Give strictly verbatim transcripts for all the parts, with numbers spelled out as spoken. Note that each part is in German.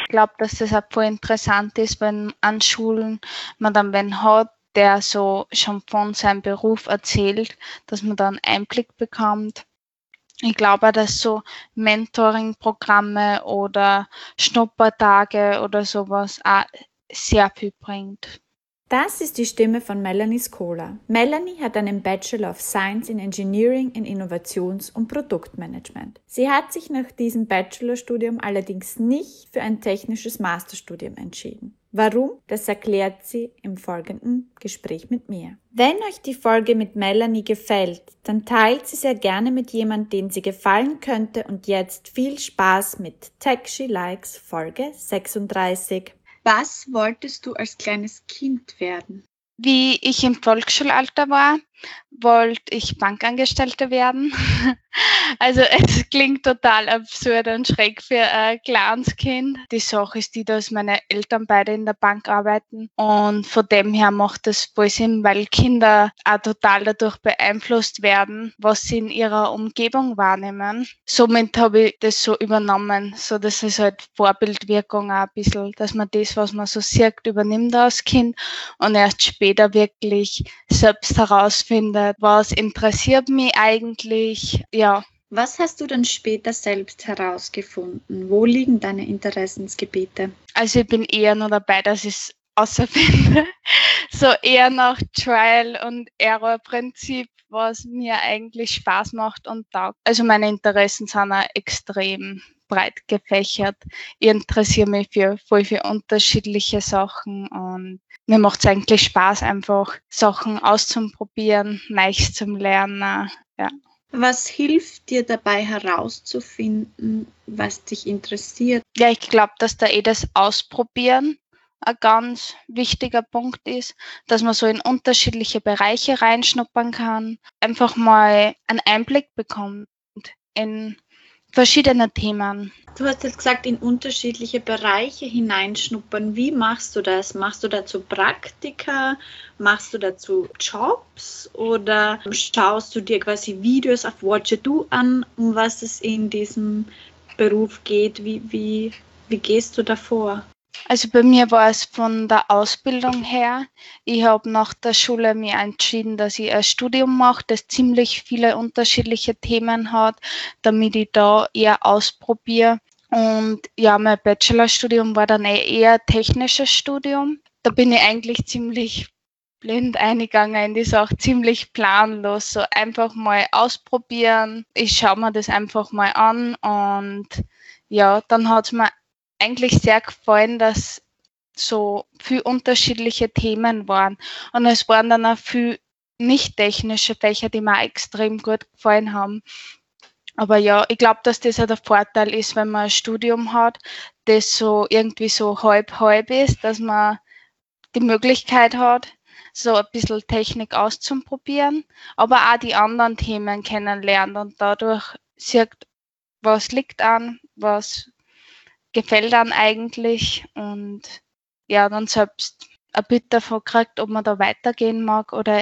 glaube, dass das auch voll interessant ist, wenn an Schulen man dann wen hat, der so schon von seinem Beruf erzählt, dass man da 'n Einblick bekommt. Ich glaube auch, dass so Mentoring-Programme oder Schnuppertage oder so was auch sehr viel bringt. Das ist die Stimme von Melanie Skola. Melanie hat einen Bachelor of Science in Engineering in Innovations- und Produktmanagement. Sie hat sich nach diesem Bachelorstudium allerdings nicht für ein technisches Masterstudium entschieden. Warum? Das erklärt sie im folgenden Gespräch mit mir. Wenn euch die Folge mit Melanie gefällt, dann teilt sie sehr gerne mit jemandem, den sie gefallen könnte, und jetzt viel Spaß mit Tech She Likes Folge sechsunddreißig. Was wolltest du als kleines Kind werden? Wie ich im Volksschulalter war, wollte ich Bankangestellte werden. Also es klingt total absurd und schräg für ein kleines Kind. Die Sache ist die, dass meine Eltern beide in der Bank arbeiten und von dem her macht das voll Sinn, weil Kinder auch total dadurch beeinflusst werden, was sie in ihrer Umgebung wahrnehmen. Somit habe ich das so übernommen, so dass es halt Vorbildwirkung auch ein bisschen, dass man das, was man so sieht, übernimmt als Kind und erst später wirklich selbst herausfindet, was interessiert mich eigentlich, ja. Was hast du dann später selbst herausgefunden? Wo liegen deine Interessensgebiete? Also ich bin eher nur dabei, dass ich es außerfinde. So eher nach Trial- und Error-Prinzip, was mir eigentlich Spaß macht und taugt. Also meine Interessen sind auch extrem breit gefächert. Ich interessiere mich für voll viele unterschiedliche Sachen und mir macht es eigentlich Spaß, einfach Sachen auszuprobieren, Neues zum Lernen. Ja. Was hilft dir dabei herauszufinden, was dich interessiert? Ja, ich glaube, dass da eh das Ausprobieren ein ganz wichtiger Punkt ist, dass man so in unterschiedliche Bereiche reinschnuppern kann, einfach mal einen Einblick bekommt in verschiedene Themen. Du hast jetzt gesagt, in unterschiedliche Bereiche hineinschnuppern. Wie machst du das? Machst du dazu Praktika? Machst du dazu Jobs? Oder schaust du dir quasi Videos auf Watch-A-Do an, um was es in diesem Beruf geht? Wie, wie, wie gehst du davor? Also bei mir war es von der Ausbildung her. Ich habe nach der Schule mir entschieden, dass ich ein Studium mache, das ziemlich viele unterschiedliche Themen hat, damit ich da eher ausprobiere. Und ja, mein Bachelorstudium war dann eh eher ein technisches Studium. Da bin ich eigentlich ziemlich blind eingegangen in die Sache, ziemlich planlos. So einfach mal ausprobieren. Ich schaue mir das einfach mal an und ja, dann hat es mir eigentlich sehr gefallen, dass so viel unterschiedliche Themen waren. Und es waren dann auch viel nicht technische Fächer, die mir auch extrem gut gefallen haben. Aber ja, ich glaube, dass das ja der Vorteil ist, wenn man ein Studium hat, das so irgendwie so halb-halb ist, dass man die Möglichkeit hat, so ein bisschen Technik auszuprobieren, aber auch die anderen Themen kennenlernen und dadurch sieht, was liegt an, was gefällt einem eigentlich und ja, dann selbst ein Bild davon kriegt, ob man da weitergehen mag oder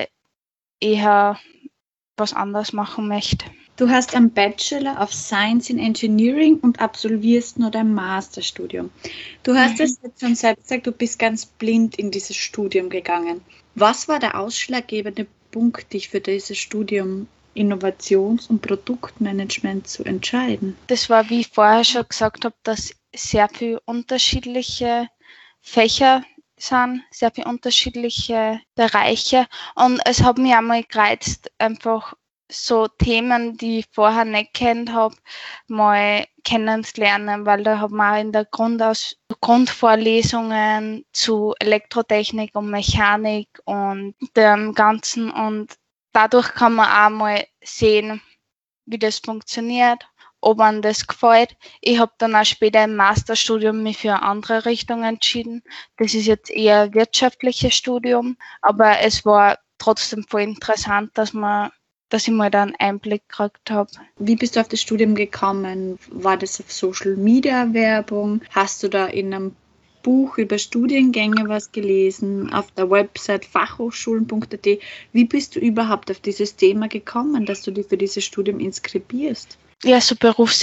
eher was anderes machen möchte. Du hast einen Bachelor of Science in Engineering und absolvierst nur dein Masterstudium. Du hast es jetzt schon selbst gesagt, du bist ganz blind in dieses Studium gegangen. Was war der ausschlaggebende Punkt, dich für dieses Studium Innovations- und Produktmanagement zu entscheiden? Das war, wie ich vorher schon gesagt habe, dass sehr viele unterschiedliche Fächer sind, sehr viele unterschiedliche Bereiche und es hat mich einmal gereizt, einfach so Themen, die ich vorher nicht kennt habe, mal kennenzulernen, weil da hat man auch in der Grundaus Grundvorlesungen zu Elektrotechnik und Mechanik und dem Ganzen und dadurch kann man auch mal sehen, wie das funktioniert, ob einem das gefällt. Ich habe dann auch später im Masterstudium mich für eine andere Richtung entschieden. Das ist jetzt eher ein wirtschaftliches Studium, aber es war trotzdem voll interessant, dass man dass ich mal da einen Einblick gekriegt habe. Wie bist du auf das Studium gekommen? War das auf Social Media Werbung? Hast du da in einem Buch über Studiengänge was gelesen, auf der Website fachhochschulen punkt a t? Wie bist du überhaupt auf dieses Thema gekommen, dass du dich für dieses Studium inskribierst? Ja, so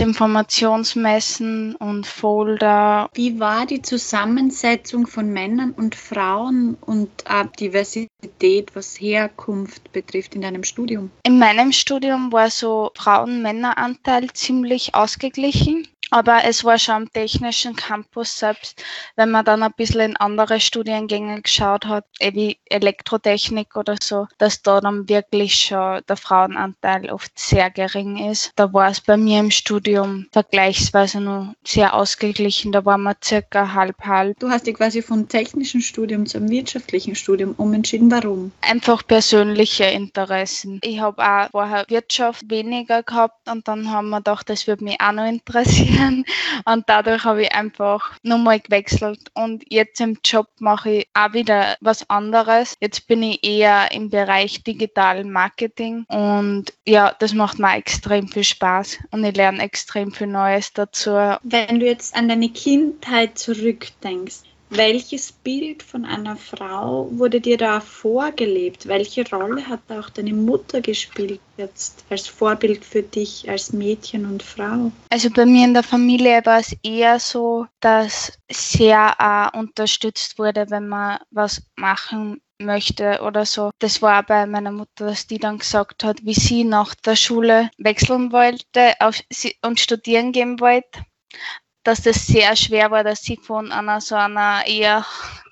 Berufsinformationsmessen und Folder. Wie war die Zusammensetzung von Männern und Frauen und äh, Diversität, was Herkunft betrifft in deinem Studium? In meinem Studium war so Frauen-Männer-Anteil ziemlich ausgeglichen. Aber es war schon am technischen Campus selbst, wenn man dann ein bisschen in andere Studiengänge geschaut hat, eh wie Elektrotechnik oder so, dass da dann wirklich schon der Frauenanteil oft sehr gering ist. Da war es bei mir im Studium vergleichsweise nur sehr ausgeglichen, da waren wir circa halb-halb. Du hast dich quasi vom technischen Studium zum wirtschaftlichen Studium umentschieden. Warum? Einfach persönliche Interessen. Ich habe auch vorher Wirtschaft weniger gehabt und dann haben wir gedacht, das würde mich auch noch interessieren. Und dadurch habe ich einfach nochmal gewechselt. Und jetzt im Job mache ich auch wieder was anderes. Jetzt bin ich eher im Bereich Digital Marketing. Und ja, das macht mir extrem viel Spaß. Und ich lerne extrem viel Neues dazu. Wenn du jetzt an deine Kindheit zurückdenkst, welches Bild von einer Frau wurde dir da vorgelebt? Welche Rolle hat auch deine Mutter gespielt jetzt als Vorbild für dich als Mädchen und Frau? Also bei mir in der Familie war es eher so, dass sehr äh, unterstützt wurde, wenn man was machen möchte oder so. Das war auch bei meiner Mutter, dass die dann gesagt hat, wie sie nach der Schule wechseln wollte auf, und studieren gehen wollte, dass das sehr schwer war, dass sie von einer so einer eher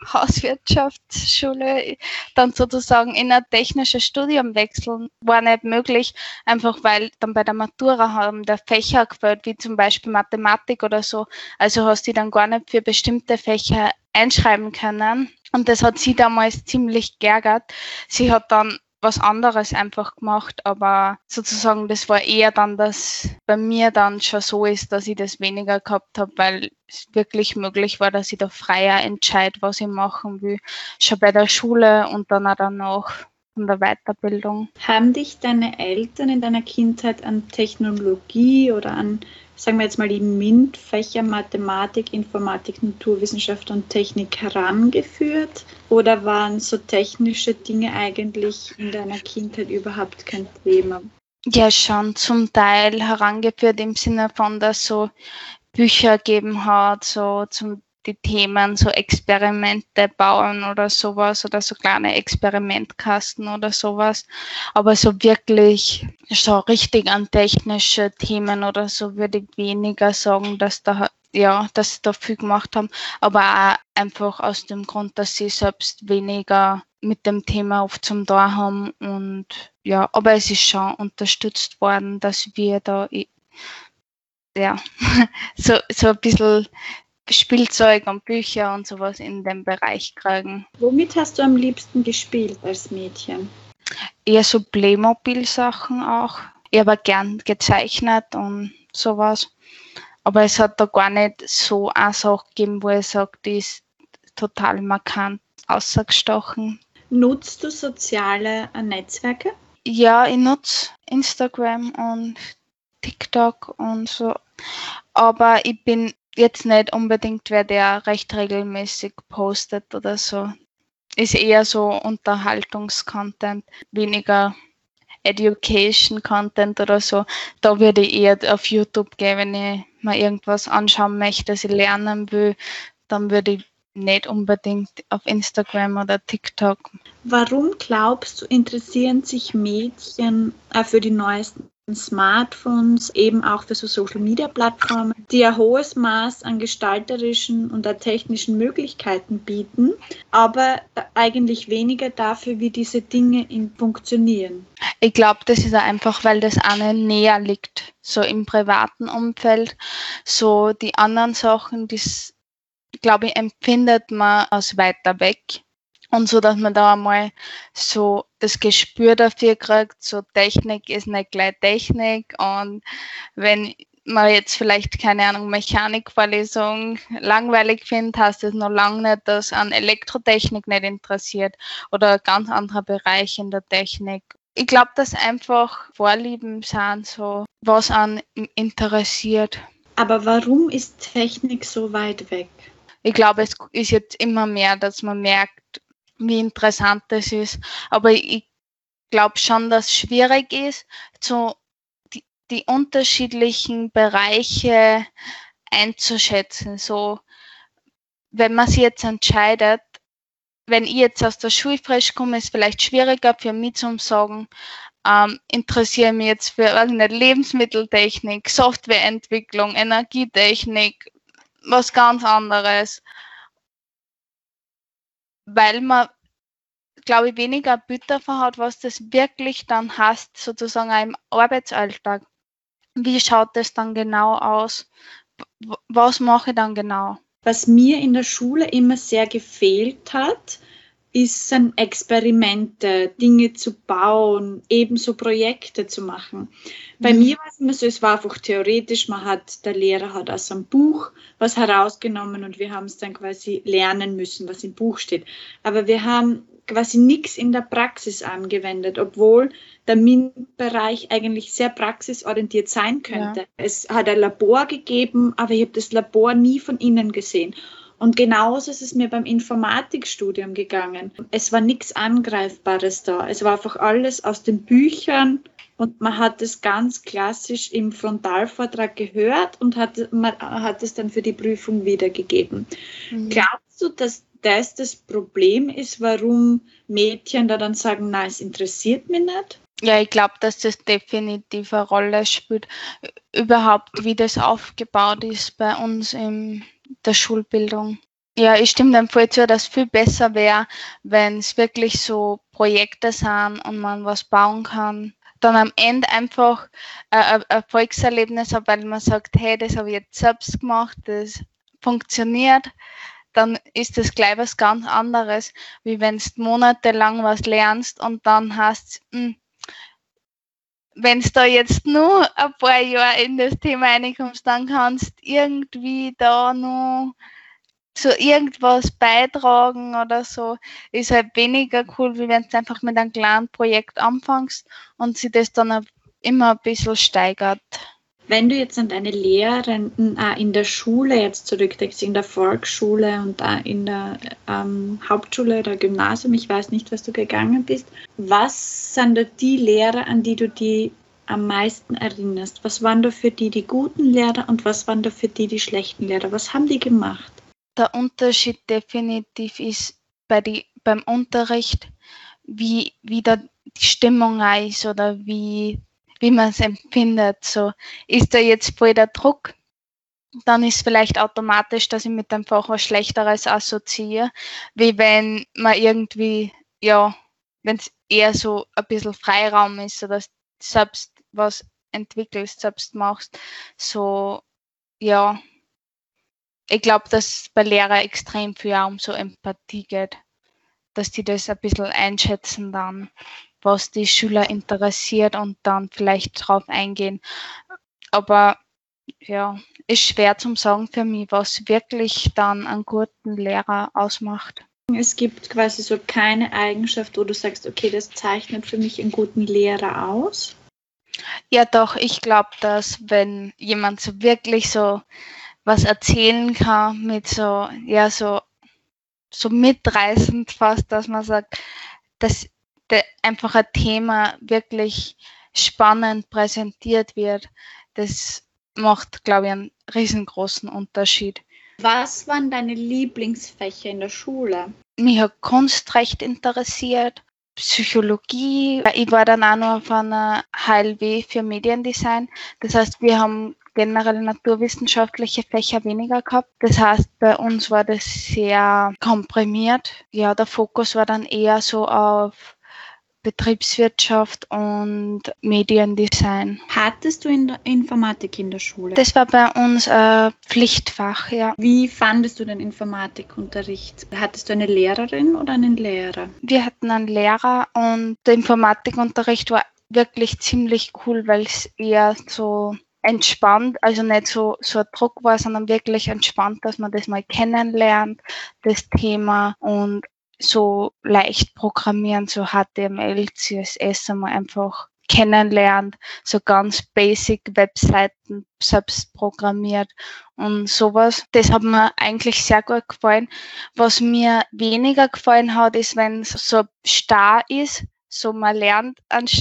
Hauswirtschaftsschule dann sozusagen in ein technisches Studium wechseln, war nicht möglich, einfach weil dann bei der Matura haben der Fächer gefällt, wie zum Beispiel Mathematik oder so, also hast du dann gar nicht für bestimmte Fächer einschreiben können und das hat sie damals ziemlich geärgert. Sie hat dann was anderes einfach gemacht, aber sozusagen das war eher dann, dass bei mir dann schon so ist, dass ich das weniger gehabt habe, weil es wirklich möglich war, dass ich da freier entscheide, was ich machen will, schon bei der Schule und dann auch danach von der Weiterbildung. Haben dich deine Eltern in deiner Kindheit an Technologie oder an, sagen wir jetzt mal, die MINT-Fächer Mathematik, Informatik, Naturwissenschaft und Technik herangeführt? Oder waren so technische Dinge eigentlich in deiner Kindheit überhaupt kein Thema? Ja, schon zum Teil herangeführt im Sinne von, dass so Bücher gegeben hat, so zum die Themen, so Experimente bauen oder sowas oder so kleine Experimentkasten oder sowas. Aber so wirklich so richtig an technische Themen oder so würde ich weniger sagen, dass da ja, dass sie da viel gemacht haben, aber auch einfach aus dem Grund, dass sie selbst weniger mit dem Thema oft zum Tor haben und ja, aber es ist schon unterstützt worden, dass wir da ja so, so ein bisschen Spielzeug und Bücher und sowas in dem Bereich kriegen. Womit hast du am liebsten gespielt als Mädchen? Eher so Playmobil-Sachen auch. Ich habe gern gezeichnet und sowas. Aber es hat da gar nicht so eine Sache gegeben, wo ich sage, die ist total markant ausgestochen. Nutzt du soziale Netzwerke? Ja, ich nutze Instagram und TikTok und so. Aber ich bin jetzt nicht unbedingt wer, der recht regelmäßig postet oder so. Ist eher so Unterhaltungscontent, weniger Education-Content oder so. Da würde ich eher auf YouTube gehen, wenn ich mal irgendwas anschauen möchte, das ich lernen will, dann würde ich nicht unbedingt auf Instagram oder TikTok. Warum glaubst du, interessieren sich Mädchen äh, für die neuesten Smartphones, eben auch für so Social-Media-Plattformen, die ein hohes Maß an gestalterischen und an technischen Möglichkeiten bieten, aber eigentlich weniger dafür, wie diese Dinge in funktionieren? Ich glaube, das ist auch einfach, weil das eine näher liegt, so im privaten Umfeld. So die anderen Sachen, das, glaube ich, empfindet man als weiter weg. Und so, dass man da einmal so das Gespür dafür kriegt, so Technik ist nicht gleich Technik. Und wenn man jetzt vielleicht, keine Ahnung, Mechanikvorlesung langweilig findet, heißt das noch lange nicht, dass an Elektrotechnik nicht interessiert oder ganz anderer Bereich in der Technik. Ich glaube, dass einfach Vorlieben sind, so was an interessiert. Aber warum ist Technik so weit weg? Ich glaube, es ist jetzt immer mehr, dass man merkt, wie interessant das ist. Aber ich glaube schon, dass es schwierig ist, so die, die unterschiedlichen Bereiche einzuschätzen. So, wenn man sich jetzt entscheidet, wenn ich jetzt aus der Schule frisch komme, ist es vielleicht schwieriger für mich zu sagen, ähm, interessiere mich jetzt für irgendeine Lebensmitteltechnik, Softwareentwicklung, Energietechnik, was ganz anderes. Weil man, glaube ich, weniger Bild davon hat, was das wirklich dann heißt, sozusagen auch im Arbeitsalltag. Wie schaut das dann genau aus? W- Was mache ich dann genau? Was mir in der Schule immer sehr gefehlt hat, ist sind Experimente, Dinge zu bauen, ebenso Projekte zu machen. Bei Mhm. mir war es immer so, es war einfach theoretisch, man hat, der Lehrer hat aus einem Buch was herausgenommen und wir haben es dann quasi lernen müssen, was im Buch steht. Aber wir haben quasi nichts in der Praxis angewendet, obwohl der MINT-Bereich eigentlich sehr praxisorientiert sein könnte. Ja. Es hat ein Labor gegeben, aber ich habe das Labor nie von innen gesehen. Und genauso ist es mir beim Informatikstudium gegangen. Es war nichts Angreifbares da. Es war einfach alles aus den Büchern und man hat es ganz klassisch im Frontalvortrag gehört und hat, man hat es dann für die Prüfung wiedergegeben. Mhm. Glaubst du, dass das das Problem ist, warum Mädchen da dann sagen, nein, es interessiert mich nicht? Ja, ich glaube, dass das definitiv eine Rolle spielt. Überhaupt, wie das aufgebaut ist bei uns in der Schulbildung. Ja, ich stimme dem voll zu, dass es viel besser wäre, wenn es wirklich so Projekte sind und man was bauen kann. Dann am Ende einfach ein Erfolgserlebnis hat, weil man sagt, hey, das habe ich jetzt selbst gemacht, das funktioniert. Dann ist das gleich was ganz anderes, wie wenn du monatelang was lernst und dann hast du, wenn du da jetzt nur ein paar Jahre in das Thema reinkommst, dann kannst du irgendwie da noch so irgendwas beitragen oder so. Ist halt weniger cool, wie wenn du einfach mit einem kleinen Projekt anfängst und sich das dann immer ein bisschen steigert. Wenn du jetzt an deine Lehrenden äh, in der Schule jetzt zurückdenkst, in der Volksschule und äh, in der ähm, Hauptschule oder Gymnasium, ich weiß nicht, was du gegangen bist, was sind da die Lehrer, an die du dich am meisten erinnerst? Was waren da für die die guten Lehrer und was waren da für die die schlechten Lehrer? Was haben die gemacht? Der Unterschied definitiv ist bei die, beim Unterricht, wie, wie da die Stimmung ist oder wie wie man es empfindet. So, ist da jetzt voll der Druck, dann ist vielleicht automatisch, dass ich mit dem Fach was Schlechteres assoziiere, wie wenn man irgendwie, ja, wenn es eher so ein bisschen Freiraum ist, so dass du selbst was entwickelst, selbst machst. So, ja, ich glaube, dass bei Lehrern extrem viel um so Empathie geht, dass die das ein bisschen einschätzen dann, was die Schüler interessiert und dann vielleicht drauf eingehen. Aber ja, ist schwer zum sagen für mich, was wirklich dann einen guten Lehrer ausmacht. Es gibt quasi so keine Eigenschaft, wo du sagst, okay, das zeichnet für mich einen guten Lehrer aus? Ja doch, ich glaube, dass wenn jemand so wirklich so was erzählen kann mit so, ja, so, so mitreißend fast, dass man sagt, dass einfach ein Thema wirklich spannend präsentiert wird, das macht, glaube ich, einen riesengroßen Unterschied. Was waren deine Lieblingsfächer in der Schule? Mich hat Kunstrecht interessiert, Psychologie. Ich war dann auch noch auf einer H L W für Mediendesign. Das heißt, wir haben generell naturwissenschaftliche Fächer weniger gehabt. Das heißt, bei uns war das sehr komprimiert. Ja, der Fokus war dann eher so auf Betriebswirtschaft und Mediendesign. Hattest du in der Informatik in der Schule? Das war bei uns ein Pflichtfach, ja. Wie fandest du den Informatikunterricht? Hattest du eine Lehrerin oder einen Lehrer? Wir hatten einen Lehrer und der Informatikunterricht war wirklich ziemlich cool, weil es eher so entspannt, also nicht so, so ein Druck war, sondern wirklich entspannt, dass man das mal kennenlernt, das Thema, und so leicht programmieren, so H T M L, C S S einmal einfach kennenlernt, so ganz basic Webseiten selbst programmiert und sowas. Das hat mir eigentlich sehr gut gefallen. Was mir weniger gefallen hat, ist, wenn es so starr ist, so man lernt einen Stoff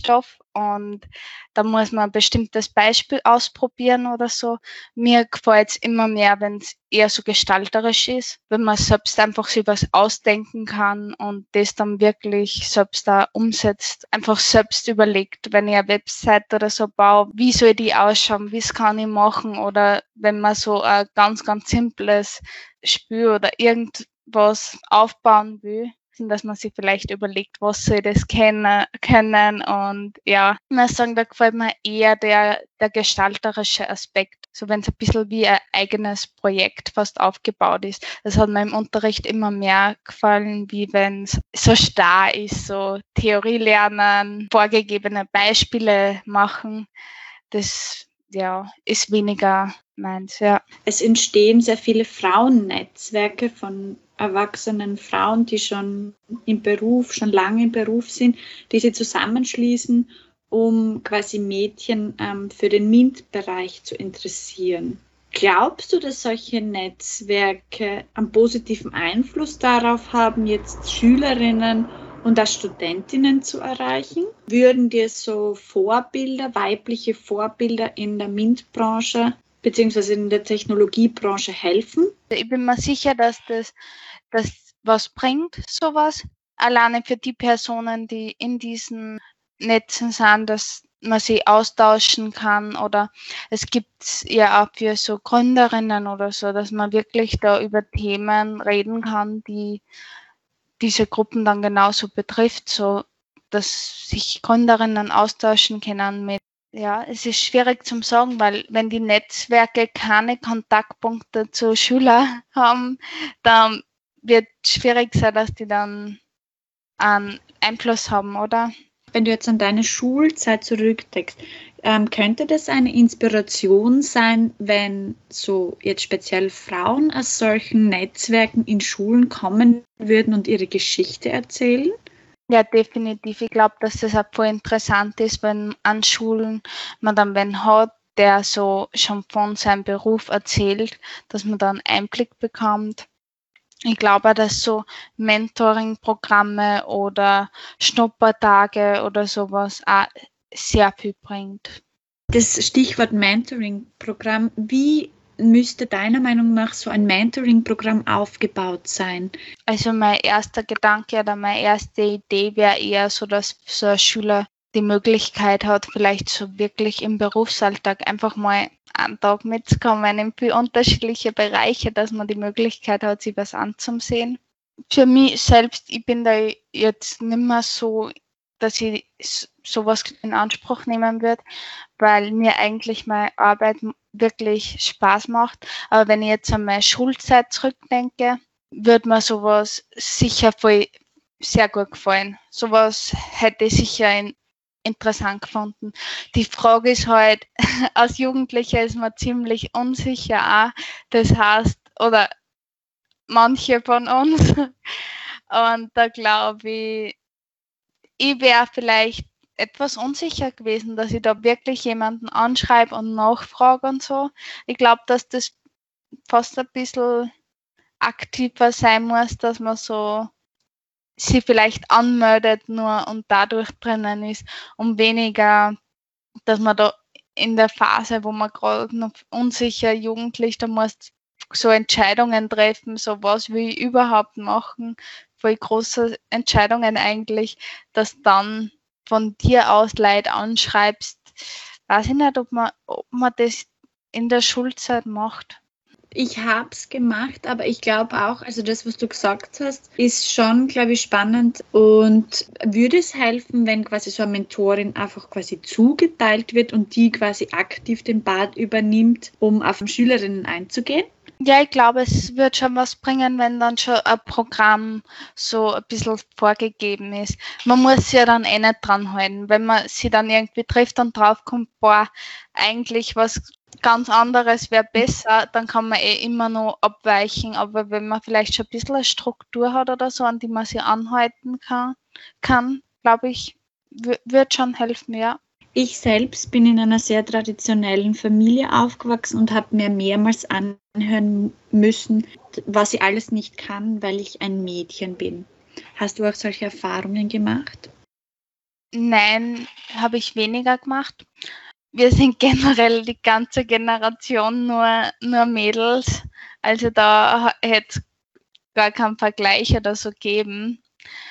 und da muss man ein bestimmtes Beispiel ausprobieren oder so. Mir gefällt es immer mehr, wenn es eher so gestalterisch ist, wenn man selbst einfach sich was ausdenken kann und das dann wirklich selbst da umsetzt, einfach selbst überlegt, wenn ich eine Website oder so baue, wie soll die ausschauen, wie kann ich machen, oder wenn man so ein ganz, ganz simples Spiel oder irgendwas aufbauen will, dass man sich vielleicht überlegt, was soll das kennen, können und ja, ich muss sagen, da gefällt mir eher der, der gestalterische Aspekt, so wenn es ein bisschen wie ein eigenes Projekt fast aufgebaut ist. Das hat mir im Unterricht immer mehr gefallen, wie wenn es so starr ist, so Theorie lernen, vorgegebene Beispiele machen, das ja, ist weniger meins, ja. Es entstehen sehr viele Frauennetzwerke von erwachsenen Frauen, die schon im Beruf, schon lange im Beruf sind, die sich zusammenschließen, um quasi Mädchen ähm, für den MINT-Bereich zu interessieren. Glaubst du, dass solche Netzwerke einen positiven Einfluss darauf haben, jetzt Schülerinnen und auch Studentinnen zu erreichen? Würden dir so Vorbilder, weibliche Vorbilder in der MINT-Branche beziehungsweise in der Technologiebranche helfen? Ich bin mir sicher, dass das, das was bringt, sowas. Alleine für die Personen, die in diesen Netzen sind, dass man sie austauschen kann, oder es gibt ja auch für so Gründerinnen oder so, dass man wirklich da über Themen reden kann, die diese Gruppen dann genauso betrifft, so dass sich Gründerinnen austauschen können mit. Ja, es ist schwierig zum sagen, weil wenn die Netzwerke keine Kontaktpunkte zu Schülern haben, dann wird es schwierig sein, dass die dann einen Einfluss haben, oder? Wenn du jetzt an deine Schulzeit zurückdenkst, ähm, könnte das eine Inspiration sein, wenn so jetzt speziell Frauen aus solchen Netzwerken in Schulen kommen würden und ihre Geschichte erzählen? Ja, definitiv. Ich glaube, dass das auch voll interessant ist, wenn an Schulen man dann wen hat, der so schon von seinem Beruf erzählt, dass man dann Einblick bekommt. Ich glaube auch, dass so Mentoring-Programme oder Schnuppertage oder sowas auch sehr viel bringt. Das Stichwort Mentoring-Programm, wie müsste deiner Meinung nach so ein Mentoring-Programm aufgebaut sein? Also mein erster Gedanke oder meine erste Idee wäre eher so, dass so ein Schüler die Möglichkeit hat, vielleicht so wirklich im Berufsalltag einfach mal einen Tag mitzukommen in viele unterschiedliche Bereiche, dass man die Möglichkeit hat, sich was anzusehen. Für mich selbst, ich bin da jetzt nicht mehr so, dass ich sowas in Anspruch nehmen würde, weil mir eigentlich meine Arbeit wirklich Spaß macht. Aber wenn ich jetzt an meine Schulzeit zurückdenke, würde mir sowas sicher voll sehr gut gefallen. Sowas hätte ich sicher in, interessant gefunden. Die Frage ist halt, als Jugendlicher ist man ziemlich unsicher auch. Das heißt, oder manche von uns. Und da glaube ich, ich wäre vielleicht etwas unsicher gewesen, dass ich da wirklich jemanden anschreibe und nachfrage und so. Ich glaube, dass das fast ein bisschen aktiver sein muss, dass man so sie vielleicht anmeldet nur und dadurch drinnen ist, um weniger, dass man da in der Phase, wo man gerade noch unsicher jugendlich, da muss so Entscheidungen treffen, so was will ich überhaupt machen, voll große Entscheidungen eigentlich, dass dann von dir aus Leute anschreibst. Weiß ich nicht, ob man, ob man das in der Schulzeit macht. Ich habe es gemacht, aber ich glaube auch, also das, was du gesagt hast, ist schon, glaube ich, spannend und würde es helfen, wenn quasi so eine Mentorin einfach quasi zugeteilt wird und die quasi aktiv den Part übernimmt, um auf Schülerinnen einzugehen? Ja, ich glaube, es wird schon was bringen, wenn dann schon ein Programm so ein bisschen vorgegeben ist. Man muss sich ja dann eh nicht dran halten. Wenn man sich dann irgendwie trifft und draufkommt, boah, eigentlich was ganz anderes wäre besser, dann kann man eh immer noch abweichen. Aber wenn man vielleicht schon ein bisschen eine Struktur hat oder so, an die man sich anhalten kann, kann glaube ich, w- wird schon helfen, ja. Ich selbst bin in einer sehr traditionellen Familie aufgewachsen und habe mir mehrmals anhören müssen, was ich alles nicht kann, weil ich ein Mädchen bin. Hast du auch solche Erfahrungen gemacht? Nein, habe ich weniger gemacht. Wir sind generell die ganze Generation nur, nur Mädels. Also da hätte es gar keinen Vergleich oder so geben.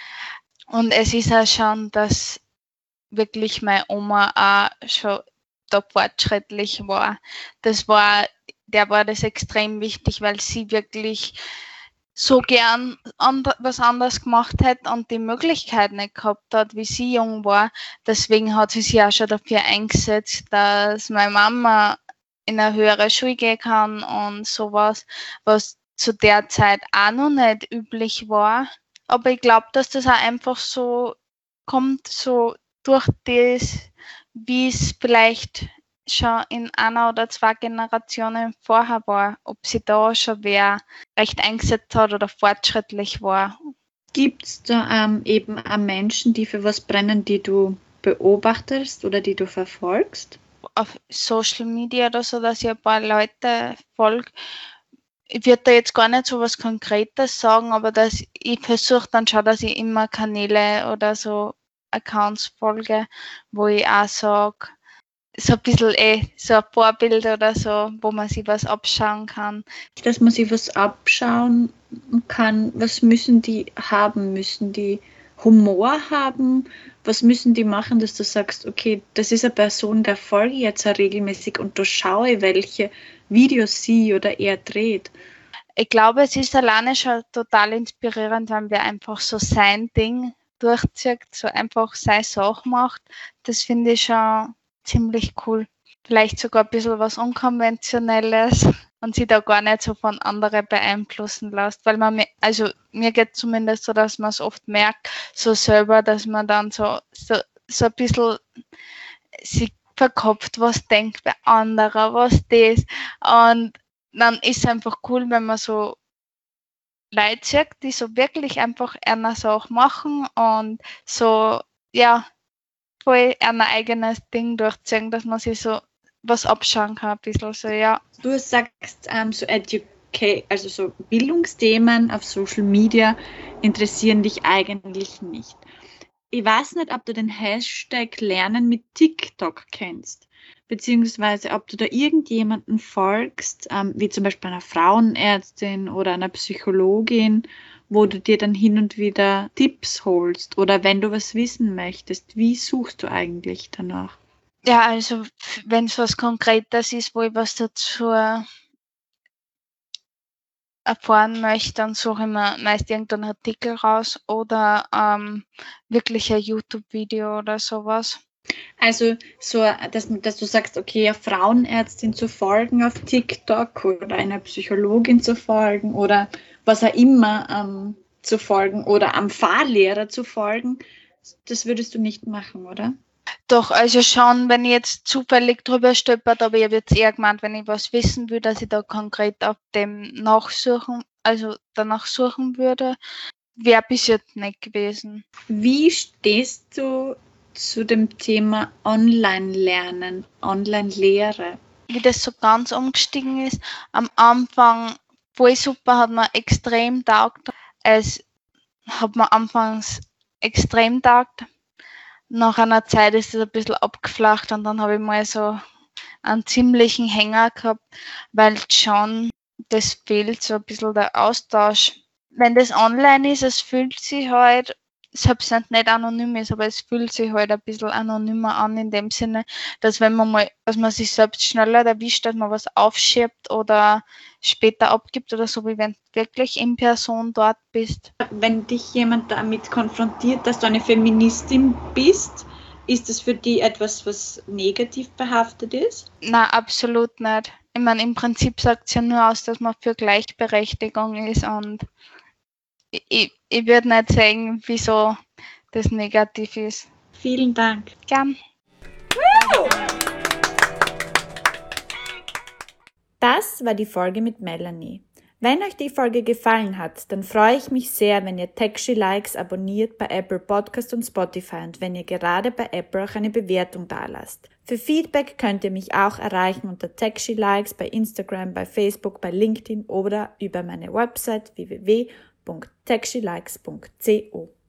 Und es ist auch schon, dass wirklich meine Oma auch schon da fortschrittlich war. Das war, der war das extrem wichtig, weil sie wirklich so gern and, was anderes gemacht hat und die Möglichkeit nicht gehabt hat, wie sie jung war. Deswegen hat sie sich auch schon dafür eingesetzt, dass meine Mama in eine höhere Schule gehen kann und sowas, was zu der Zeit auch noch nicht üblich war. Aber ich glaube, dass das auch einfach so kommt, so durch das, wie es vielleicht schon in einer oder zwei Generationen vorher war, ob sie da schon wer recht eingesetzt hat oder fortschrittlich war. Gibt es da ähm, eben auch Menschen, die für was brennen, die du beobachtest oder die du verfolgst? Auf Social Media oder so, dass ich ein paar Leute folge. Ich würde da jetzt gar nicht so was Konkretes sagen, aber dass ich versuche dann schon, dass ich immer Kanäle oder so Accounts folge, wo ich auch sage, so ein bisschen eh, so ein Vorbild oder so, wo man sich was abschauen kann. Dass man sich was abschauen kann, was müssen die haben? Müssen die Humor haben? Was müssen die machen, dass du sagst, okay, das ist eine Person, der folge ich jetzt regelmäßig und da schaue ich, welche Videos sie oder er dreht? Ich glaube, es ist alleine schon total inspirierend, wenn wer einfach so sein Ding durchzieht, so einfach seine Sache macht. Das finde ich schon ziemlich cool. Vielleicht sogar ein bisschen was Unkonventionelles und sich da gar nicht so von anderen beeinflussen lässt. Weil man, also mir geht zumindest so, dass man es oft merkt, so selber, dass man dann so, so, so ein bisschen sich verkopft, was denkt bei anderen, was das. Und dann ist es einfach cool, wenn man so Leute sieht, die so wirklich einfach eine Sache machen und so, ja, voll ein eigenes Ding durchziehen, dass man sich so was abschauen kann, ein bisschen so, ja. Du sagst, ähm, so Educate, also so Bildungsthemen auf Social Media interessieren dich eigentlich nicht. Ich weiß nicht, ob du den Hashtag Lernen mit TikTok kennst, beziehungsweise ob du da irgendjemanden folgst, ähm, wie zum Beispiel einer Frauenärztin oder einer Psychologin, wo du dir dann hin und wieder Tipps holst oder wenn du was wissen möchtest, wie suchst du eigentlich danach? Ja, also wenn es was Konkretes ist, wo ich was dazu erfahren möchte, dann suche ich mir meist irgendeinen Artikel raus oder ähm, wirklich ein YouTube-Video oder sowas. Also so, dass, dass du sagst, okay, eine Frauenärztin zu folgen auf TikTok oder einer Psychologin zu folgen oder was auch immer ähm, zu folgen oder am Fahrlehrer zu folgen, das würdest du nicht machen, oder? Doch, also schon, wenn ich jetzt zufällig drüber stolpert, aber ich habe jetzt eher gemeint, wenn ich was wissen will, dass ich da konkret auf dem nachsuchen, also danach suchen würde, wäre bis jetzt nicht gewesen. Wie stehst du zu dem Thema Online-Lernen, Online-Lehre? Wie das so ganz umgestiegen ist, am Anfang voll super, hat mir extrem taugt. Es hat mir anfangs extrem taugt. Nach einer Zeit ist es ein bisschen abgeflacht und dann habe ich mal so einen ziemlichen Hänger gehabt, weil schon das fehlt, so ein bisschen der Austausch. Wenn das online ist, es fühlt sich halt, selbst wenn es nicht anonym ist, aber es fühlt sich halt ein bisschen anonymer an in dem Sinne, dass wenn man mal, dass man sich selbst schneller erwischt, dass man was aufschiebt oder später abgibt oder so, wie wenn du wirklich in Person dort bist. Wenn dich jemand damit konfrontiert, dass du eine Feministin bist, ist das für dich etwas, was negativ behaftet ist? Nein, absolut nicht. Ich meine, im Prinzip sagt es ja nur aus, dass man für Gleichberechtigung ist und ich, ich würde nicht sagen, wieso das negativ ist. Vielen Dank. Gern. Das war die Folge mit Melanie. Wenn euch die Folge gefallen hat, dann freue ich mich sehr, wenn ihr Techschi Likes abonniert bei Apple Podcast und Spotify und wenn ihr gerade bei Apple auch eine Bewertung dalasst. Für Feedback könnt ihr mich auch erreichen unter Techschi Likes bei Instagram, bei Facebook, bei LinkedIn oder über meine Website w w w punkt techschilikes punkt co.